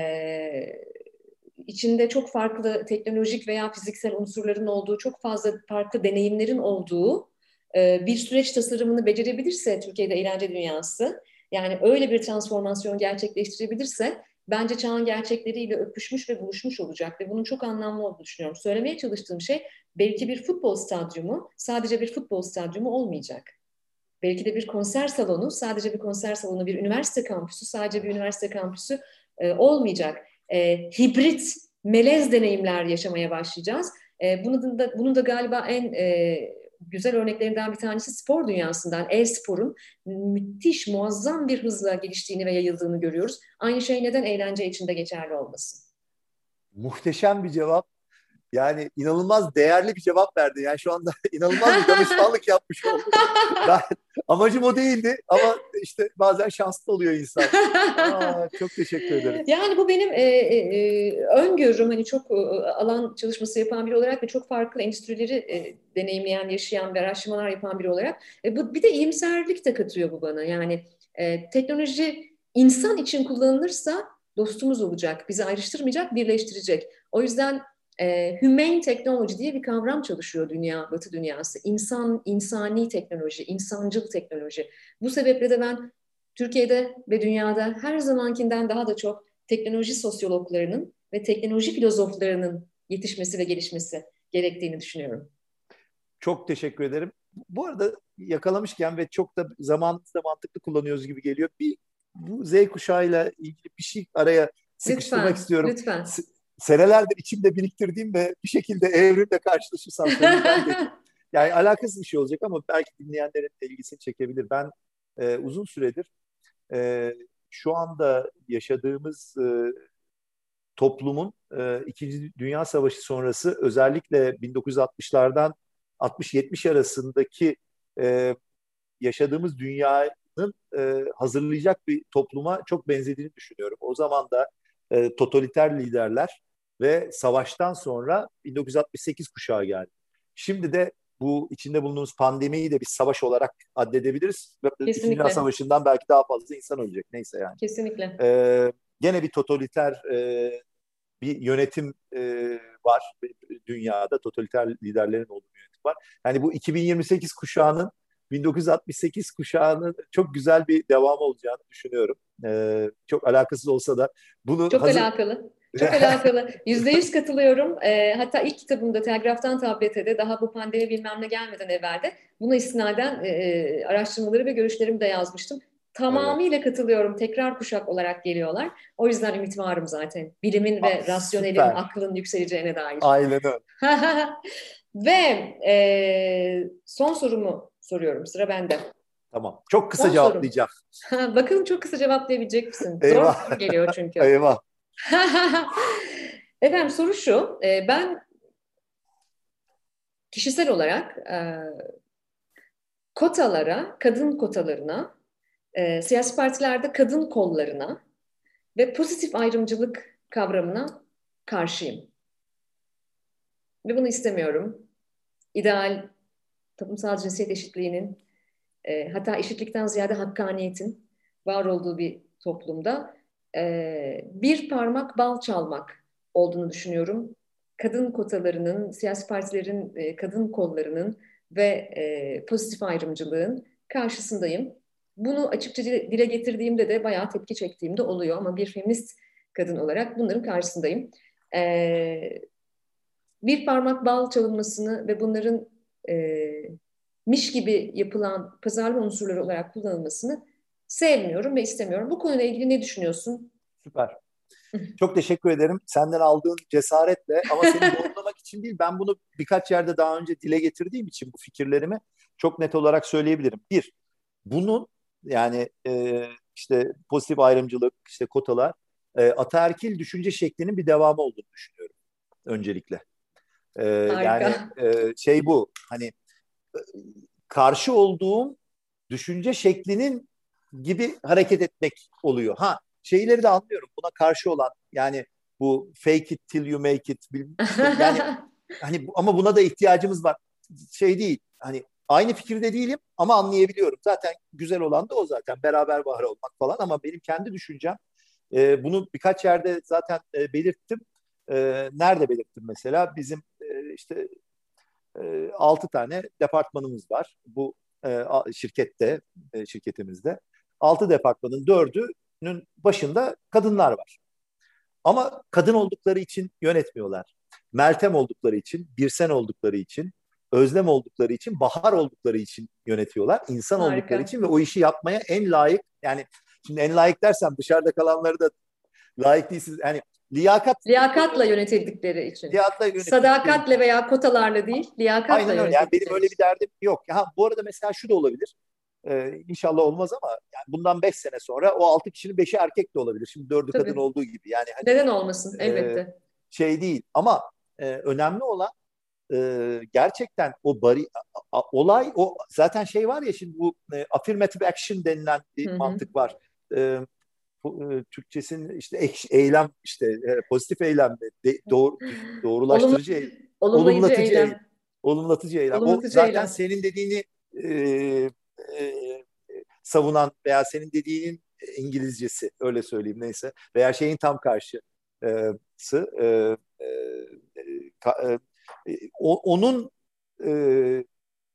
e, içinde çok farklı teknolojik veya fiziksel unsurların olduğu, çok fazla farklı deneyimlerin olduğu e, bir süreç tasarımını becerebilirse Türkiye'de eğlence dünyası, yani öyle bir transformasyon gerçekleştirebilirse bence çağın gerçekleriyle öpüşmüş ve buluşmuş olacak ve bunun çok anlamlı olduğunu düşünüyorum. Söylemeye çalıştığım şey belki bir futbol stadyumu sadece bir futbol stadyumu olmayacak. Belki de bir konser salonu, sadece bir konser salonu, bir üniversite kampüsü, sadece bir üniversite kampüsü e, olmayacak. E, hibrit, melez deneyimler yaşamaya başlayacağız. E, bunun da, bunun da galiba en e, güzel örneklerinden bir tanesi spor dünyasından, e-sporun müthiş, muazzam bir hızla geliştiğini ve yayıldığını görüyoruz. Aynı şey neden eğlence içinde geçerli olmasın? Muhteşem bir cevap. Yani inanılmaz değerli bir cevap verdi. Yani şu anda inanılmaz bir danışmanlık yapmış oldum. Ben amacım o değildi ama işte bazen şanslı oluyor insan. Aa, çok teşekkür ederim. Yani bu benim e, e, öngörüm, hani çok e, alan çalışması yapan biri olarak ve çok farklı endüstrileri e, deneyimleyen, yaşayan ve araştırmalar yapan biri olarak. E, bu bir de iyimserlik de katıyor bu bana. Yani e, teknoloji insan için kullanılırsa dostumuz olacak, bizi ayrıştırmayacak, birleştirecek. O yüzden e, humane technology diye bir kavram çalışıyor dünya, Batı dünyası. İnsan, insani teknoloji, insancıl teknoloji. Bu sebeple de ben Türkiye'de ve dünyada her zamankinden daha da çok teknoloji sosyologlarının ve teknoloji filozoflarının yetişmesi ve gelişmesi gerektiğini düşünüyorum. Çok teşekkür ederim. Bu arada yakalamışken ve çok da zamanımızda mantıklı kullanıyoruz gibi geliyor. Bir bu Z kuşağıyla ilgili bir şey araya sıkıştırmak Lütfen, istiyorum. lütfen. senelerdir içimde biriktirdiğim ve bir şekilde evrimle karşılaşırsam söyleyeceğim dedim. Yani alakasız bir şey olacak ama belki dinleyenlerin de ilgisini çekebilir. Ben e, uzun süredir e, şu anda yaşadığımız e, toplumun e, İkinci Dünya Savaşı sonrası özellikle bin dokuz yüz altmışlardan altmış yetmiş arasındaki e, yaşadığımız dünyanın e, hazırlayacak bir topluma çok benzediğini düşünüyorum. O zaman da e, totaliter liderler ve savaştan sonra bin dokuz yüz altmış sekiz kuşağı geldi. Şimdi de bu içinde bulunduğumuz pandemiyi de bir savaş olarak addedebiliriz. İkinci Dünya Kesinlikle. Savaşı'ndan belki daha fazla insan ölecek. Neyse yani. Kesinlikle. E, gene bir totaliter e, bir yönetim e, var dünyada. Totaliter liderlerin olduğu bir yönetim var. Yani bu iki bin yirmi sekiz kuşağının bin dokuz yüz altmış sekiz kuşağının çok güzel bir devam olacağını düşünüyorum. Ee, çok alakasız olsa da bunu Çok hazır... alakalı. Çok alakalı. Yüzde yüz katılıyorum. E, hatta ilk kitabımda Telgraftan Tablete de daha bu pandemi bilmem ne gelmeden evvelde buna istinaden e, araştırmaları ve görüşlerimi de yazmıştım. Evet. Tamamıyla katılıyorum. Tekrar kuşak olarak geliyorlar. O yüzden ümit varım zaten. Bilimin Ah, ve rasyonelin, süper. aklın yükseleceğine dair. Aynen öyle. Ve e, son sorumu soruyorum. Sıra bende. Tamam. Çok kısa Son sorum. cevaplayacağım. Bakalım çok kısa cevaplayabilecek misin? Zor Eyvah. soru geliyor çünkü. Eyvah. Efendim soru şu. E, ben kişisel olarak e, kotalara, kadın kotalarına, e, siyasi partilerde kadın kollarına ve pozitif ayrımcılık kavramına karşıyım. Ve bunu istemiyorum. İdeal toplumsal cinsiyet eşitliğinin, e, hatta eşitlikten ziyade hakkaniyetin var olduğu bir toplumda e, bir parmak bal çalmak olduğunu düşünüyorum. Kadın kotalarının, siyasi partilerin e, kadın kollarının ve e, pozitif ayrımcılığın karşısındayım. Bunu açıkça dile getirdiğimde de bayağı tepki çektiğimde oluyor ama bir feminist kadın olarak bunların karşısındayım. E, bir parmak bal çalınmasını ve bunların e, miş gibi yapılan pazarlama unsurları olarak kullanılmasını sevmiyorum ve istemiyorum. Bu konuyla ilgili ne düşünüyorsun? Süper. Çok teşekkür ederim. Senden aldığın cesaretle ama seni doğrulamak için değil, ben bunu birkaç yerde daha önce dile getirdiğim için bu fikirlerimi çok net olarak söyleyebilirim. Bir, bunun yani e, işte pozitif ayrımcılık, işte kotalar, e, ataerkil düşünce şeklinin bir devamı olduğunu düşünüyorum öncelikle. E, yani Harika. e, şey bu, hani e, karşı olduğum düşünce şeklinin gibi hareket etmek oluyor. Ha, şeyleri de anlıyorum. Buna karşı olan yani bu fake it till you make it işte yani hani ama buna da ihtiyacımız var. Şey değil. Hani aynı fikirde değilim ama anlayabiliyorum. Zaten güzel olan da o zaten. Beraber var olmak falan ama benim kendi düşüncem e, bunu birkaç yerde zaten e, belirttim. E, nerede belirttim mesela? Bizim e, işte e, altı tane departmanımız var. Bu e, şirkette, e, şirketimizde. Altı departmanın dördünün başında kadınlar var. Ama kadın oldukları için yönetmiyorlar. Meltem oldukları için, Birsen oldukları için, Özlem oldukları için, Bahar oldukları için yönetiyorlar. İnsan oldukları Harika. için ve o işi yapmaya en layık, yani şimdi en layık dersem dışarıda kalanları da layık değilsiniz. Yani liyakat Liyakatla yönetildikleri için. liyakatla yönetildikleri Sadakatle için. veya kotalarla değil, liyakatla Aynen öyle. Yani benim yönetildikleri öyle bir için. derdim yok. Ha, bu arada mesela şu da olabilir. Ee, inşallah olmaz ama yani bundan beş sene sonra o altı kişinin beşi erkek de olabilir. Şimdi dördü kadın Tabii. olduğu gibi. Yani hani Neden olmasın? e, Elbette. şey değil. Ama e, önemli olan e, gerçekten o bari a, a, olay o zaten şey var ya şimdi bu e, affirmative action denilen bir Hı hı. mantık var. E, bu, e, Türkçesinin işte ek, eylem işte e, pozitif eylem de, doğru, doğrulaştırıcı eylem, Olumlayıcı, olumlayıcı olumlatıcı eylem. eylem. Olumlatıcı eylem. O Olumlatıcı zaten eylem. senin dediğini e, e, savunan veya senin dediğinin İngilizcesi öyle söyleyeyim neyse veya şeyin tam karşısı e, e, e, e, onun e,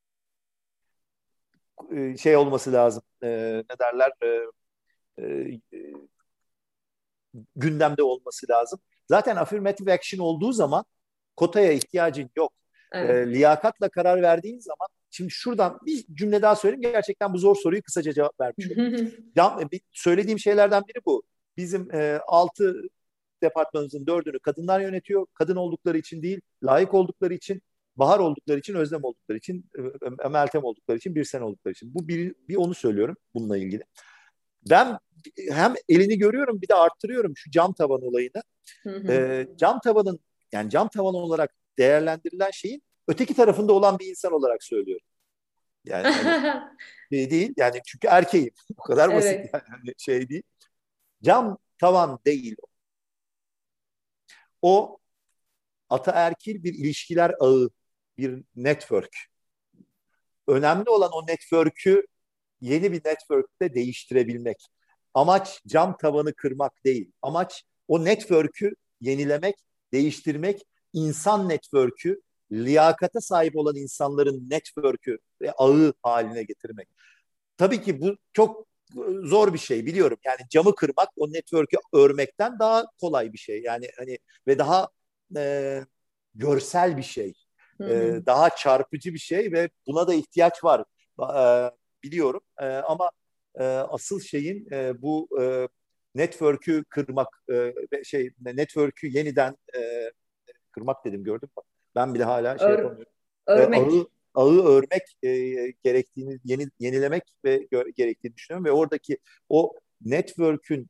şey olması lazım. E, ne derler? E, e, gündemde olması lazım. Zaten affirmative action olduğu zaman kotaya ihtiyacın yok. Evet. E, liyakatla karar verdiğin zaman şimdi şuradan bir cümle daha söyleyeyim. Gerçekten bu zor soruyu kısaca cevap vermiş olayım. Ya, söylediğim şeylerden biri bu. Bizim e, altı departmanımızın dördünü kadınlar yönetiyor. Kadın oldukları için değil, layık oldukları için, Bahar oldukları için, Özlem oldukları için, e, Meltem oldukları için, bir sen oldukları için. Bu bir, bir onu söylüyorum bununla ilgili. Ben hem elini görüyorum bir de arttırıyorum şu cam tavan olayını. Hı hı. E, cam tavanın yani cam tavan olarak değerlendirilen şeyin öteki tarafında olan bir insan olarak söylüyorum. Yani hani şey değil yani çünkü erkeğim. Bu kadar basit Evet. yani hani şey değil. Cam tavan değil o. O ataerkil bir ilişkiler ağı, bir network. Önemli olan o network'ü yeni bir network'te değiştirebilmek. Amaç cam tavanı kırmak değil. Amaç o network'ü yenilemek, değiştirmek, insan network'ü, liyakata sahip olan insanların network'ü ve ağı haline getirmek. Tabii ki bu çok zor bir şey biliyorum. Yani camı kırmak o network'ü örmekten daha kolay bir şey. Yani hani ve daha e, görsel bir şey. Hı E, hı. daha çarpıcı bir şey ve buna da ihtiyaç var. E, biliyorum. E, ama e, asıl şeyin e, bu e, network'ü kırmak e, ve şey network'ü yeniden e, kırmak dedim gördün mü? Ben bile hala şey Ör, yapamıyorum e, ağı örmek. ağı örmek e, gerektiğini yeni, yenilemek ve gö- gerektiğini düşünüyorum ve oradaki o network'ün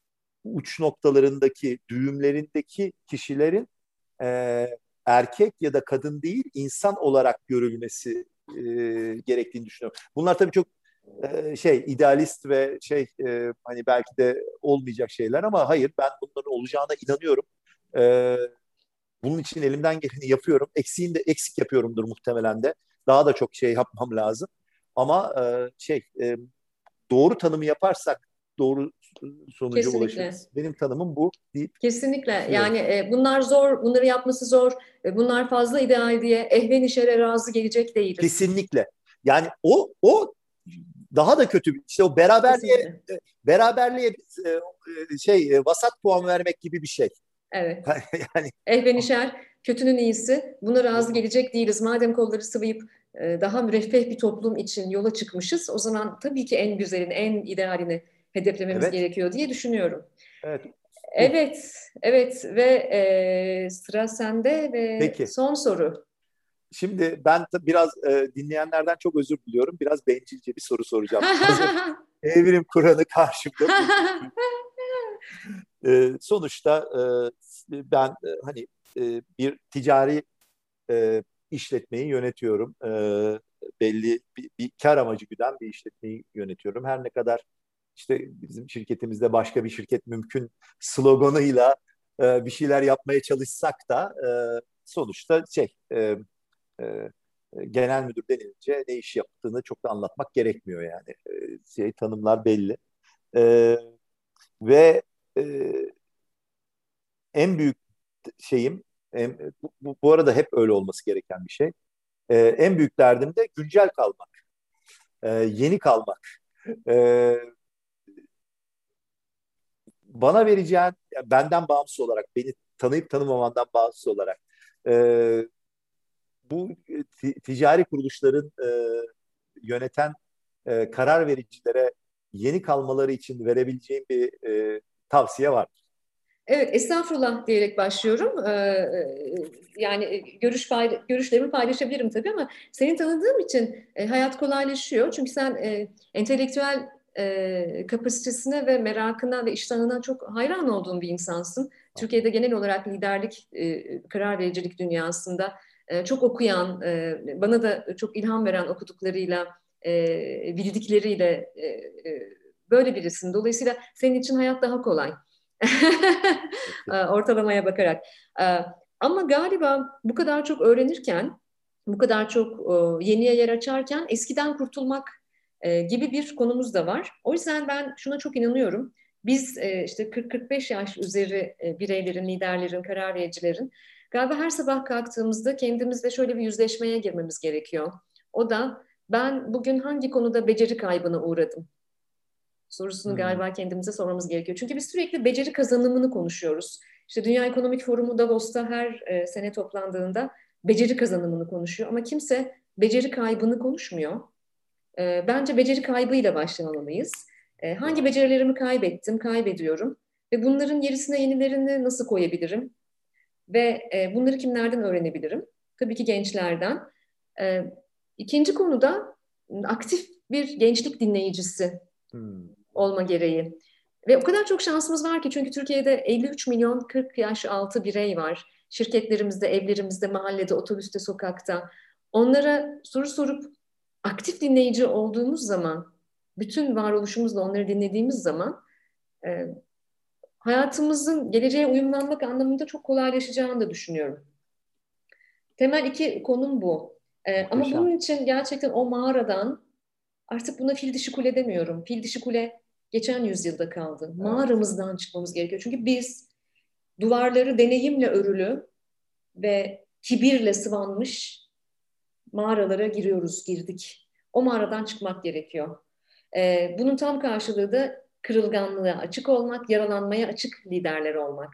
uç noktalarındaki düğümlerindeki kişilerin e, erkek ya da kadın değil insan olarak görülmesi e, gerektiğini düşünüyorum. Bunlar tabii çok e, şey idealist ve şey e, hani belki de olmayacak şeyler ama hayır ben bunların olacağına inanıyorum. E, bunun için elimden geleni yapıyorum. Eksiğini de eksik yapıyorumdur muhtemelen de. Daha da çok şey yapmam lazım. Ama e, şey e, doğru tanımı yaparsak doğru sonuca Kesinlikle. ulaşırız. Benim tanımım bu deyip Kesinlikle. bitiriyorum. Yani e, bunlar zor, bunları yapması zor. E, bunlar fazla ideal diye ehven işere razı gelecek değiliz. Kesinlikle. Yani o o daha da kötü bir işte o beraberliğe Kesinlikle. e, beraberliğe e, e, şey e, vasat puan vermek gibi bir şey. Evet. Yani Ehven işer, kötünün iyisi. Buna razı olmaz. gelecek değiliz. Madem kolları sıvayıp e, daha müreffeh bir toplum için yola çıkmışız, o zaman tabii ki en güzelin, en idealini hedeflememiz Evet. gerekiyor diye düşünüyorum. Evet. Bu. Evet, evet ve e, sıra sende ve Peki. son soru. Şimdi ben biraz e, dinleyenlerden çok özür diliyorum. Biraz bencilce bir soru soracağım. Hazır Evrim Kur'an'ı karşımda bulunduruyor. E, sonuçta e, ben e, hani e, bir ticari e, işletmeyi yönetiyorum. E, belli bir, bir kar amacı güden bir işletmeyi yönetiyorum. Her ne kadar işte bizim şirketimizde başka bir şirket mümkün sloganıyla e, bir şeyler yapmaya çalışsak da e, sonuçta şey e, e, genel müdür denilince ne iş yaptığını çok da anlatmak gerekmiyor yani. E, şey tanımlar belli. E, ve e, en büyük şeyim en, bu, bu, bu arada hep öyle olması gereken bir şey. E, en büyük derdim de güncel kalmak, e, yeni kalmak. E, bana vereceğin, benden bağımsız olarak, beni tanıyıp tanımamandan bağımsız olarak e, bu t- ticari kuruluşların e, yöneten e, karar vericilere yeni kalmaları için verebileceğim bir e, tavsiye var. Evet, estağfurullah diyerek başlıyorum. Ee, e, yani e, görüş payla- görüşlerimi paylaşabilirim tabii ama seni tanıdığım için e, hayat kolaylaşıyor. Çünkü sen e, entelektüel e, kapasitesine ve merakına ve iştahına çok hayran olduğum bir insansın. Türkiye'de genel olarak liderlik, e, karar vericilik dünyasında e, çok okuyan, e, bana da çok ilham veren okuduklarıyla, e, bildikleriyle e, e, böyle birisin. Dolayısıyla senin için hayat daha kolay. Peki. Ortalamaya bakarak. Ee, Ama galiba bu kadar çok öğrenirken, bu kadar çok e, yeniye yer açarken eskiden kurtulmak e, gibi bir konumuz da var. O yüzden ben şuna çok inanıyorum. Biz e, işte kırk kırk beş yaş üzeri e, bireylerin, liderlerin, karar vericilerin galiba her sabah kalktığımızda kendimizle şöyle bir yüzleşmeye girmemiz gerekiyor. O da ben bugün hangi konuda beceri kaybına uğradım? Sorusunu Hmm. galiba kendimize sormamız gerekiyor. Çünkü biz sürekli beceri kazanımını konuşuyoruz. İşte Dünya Ekonomik Forumu Davos'ta her e, sene toplandığında beceri kazanımını konuşuyor. Ama kimse beceri kaybını konuşmuyor. E, bence beceri kaybıyla başlamalıyız. E, hangi Doğru. becerilerimi kaybettim, kaybediyorum? ve bunların yerisine yenilerini nasıl koyabilirim ve e, bunları kimlerden öğrenebilirim? Tabii ki gençlerden. E, ikinci konuda aktif bir gençlik dinleyicisi Hmm. olma gereği. Ve o kadar çok şansımız var ki çünkü Türkiye'de elli üç milyon kırk yaş altı birey var. Şirketlerimizde, evlerimizde, mahallede, otobüste, sokakta. Onlara soru sorup aktif dinleyici olduğumuz zaman, bütün varoluşumuzla onları dinlediğimiz zaman e, hayatımızın geleceğe uyumlanmak anlamında çok kolaylaşacağını da düşünüyorum. Temel iki konum bu. E, ama Muhteşem. bunun için gerçekten o mağaradan artık buna fil dişi kule demiyorum. Fil dişi kule geçen yüzyılda kaldı. Evet. Mağaramızdan çıkmamız gerekiyor. Çünkü biz duvarları deneyimle örülü ve kibirle sıvanmış mağaralara giriyoruz, girdik. O mağaradan çıkmak gerekiyor. Ee, bunun tam karşılığı da kırılganlığa açık olmak, yaralanmaya açık liderler olmak.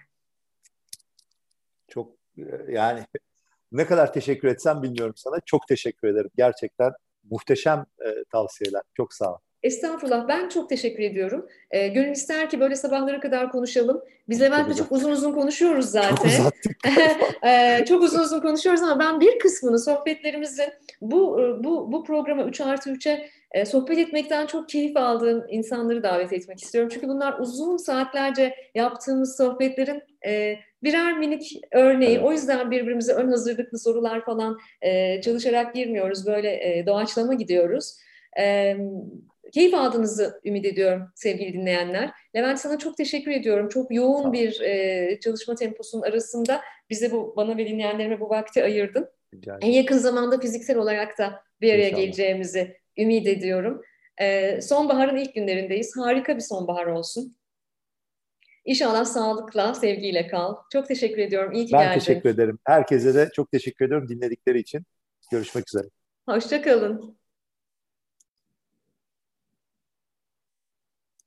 Çok e, yani ne kadar teşekkür etsem bilmiyorum sana. Çok teşekkür ederim. Gerçekten muhteşem e, tavsiyeler. Çok sağ ol. Estağfurullah, ben çok teşekkür ediyorum. Ee, gönül ister ki böyle sabahlara kadar konuşalım. Biz Çok Levent'le çok uzattık. uzun uzun konuşuyoruz Çok zaten. uzattık galiba. Ee, çok uzun uzun konuşuyoruz ama ben bir kısmını sohbetlerimizin bu bu bu programa üç artı üçe e, sohbet etmekten çok keyif aldığım insanları davet etmek istiyorum. Çünkü bunlar uzun saatlerce yaptığımız sohbetlerin e, birer minik örneği. Evet. O yüzden birbirimize ön hazırlıklı sorular falan e, çalışarak girmiyoruz. Böyle e, doğaçlama gidiyoruz. E, Keyif aldığınızı ümit ediyorum sevgili dinleyenler. Levent, sana çok teşekkür ediyorum. Çok yoğun Sağ ol. bir e, çalışma temposunun arasında bize bu, bana ve dinleyenlerime bu vakti ayırdın. Rica En ederim. yakın zamanda fiziksel olarak da bir araya İnşallah. geleceğimizi ümit ediyorum. E, sonbaharın ilk günlerindeyiz. Harika bir sonbahar olsun. İnşallah sağlıkla, sevgiyle kal. Çok teşekkür ediyorum. İyi ki Ben geldin. teşekkür ederim. Herkese de çok teşekkür ediyorum dinledikleri için. Görüşmek üzere. Hoşça kalın.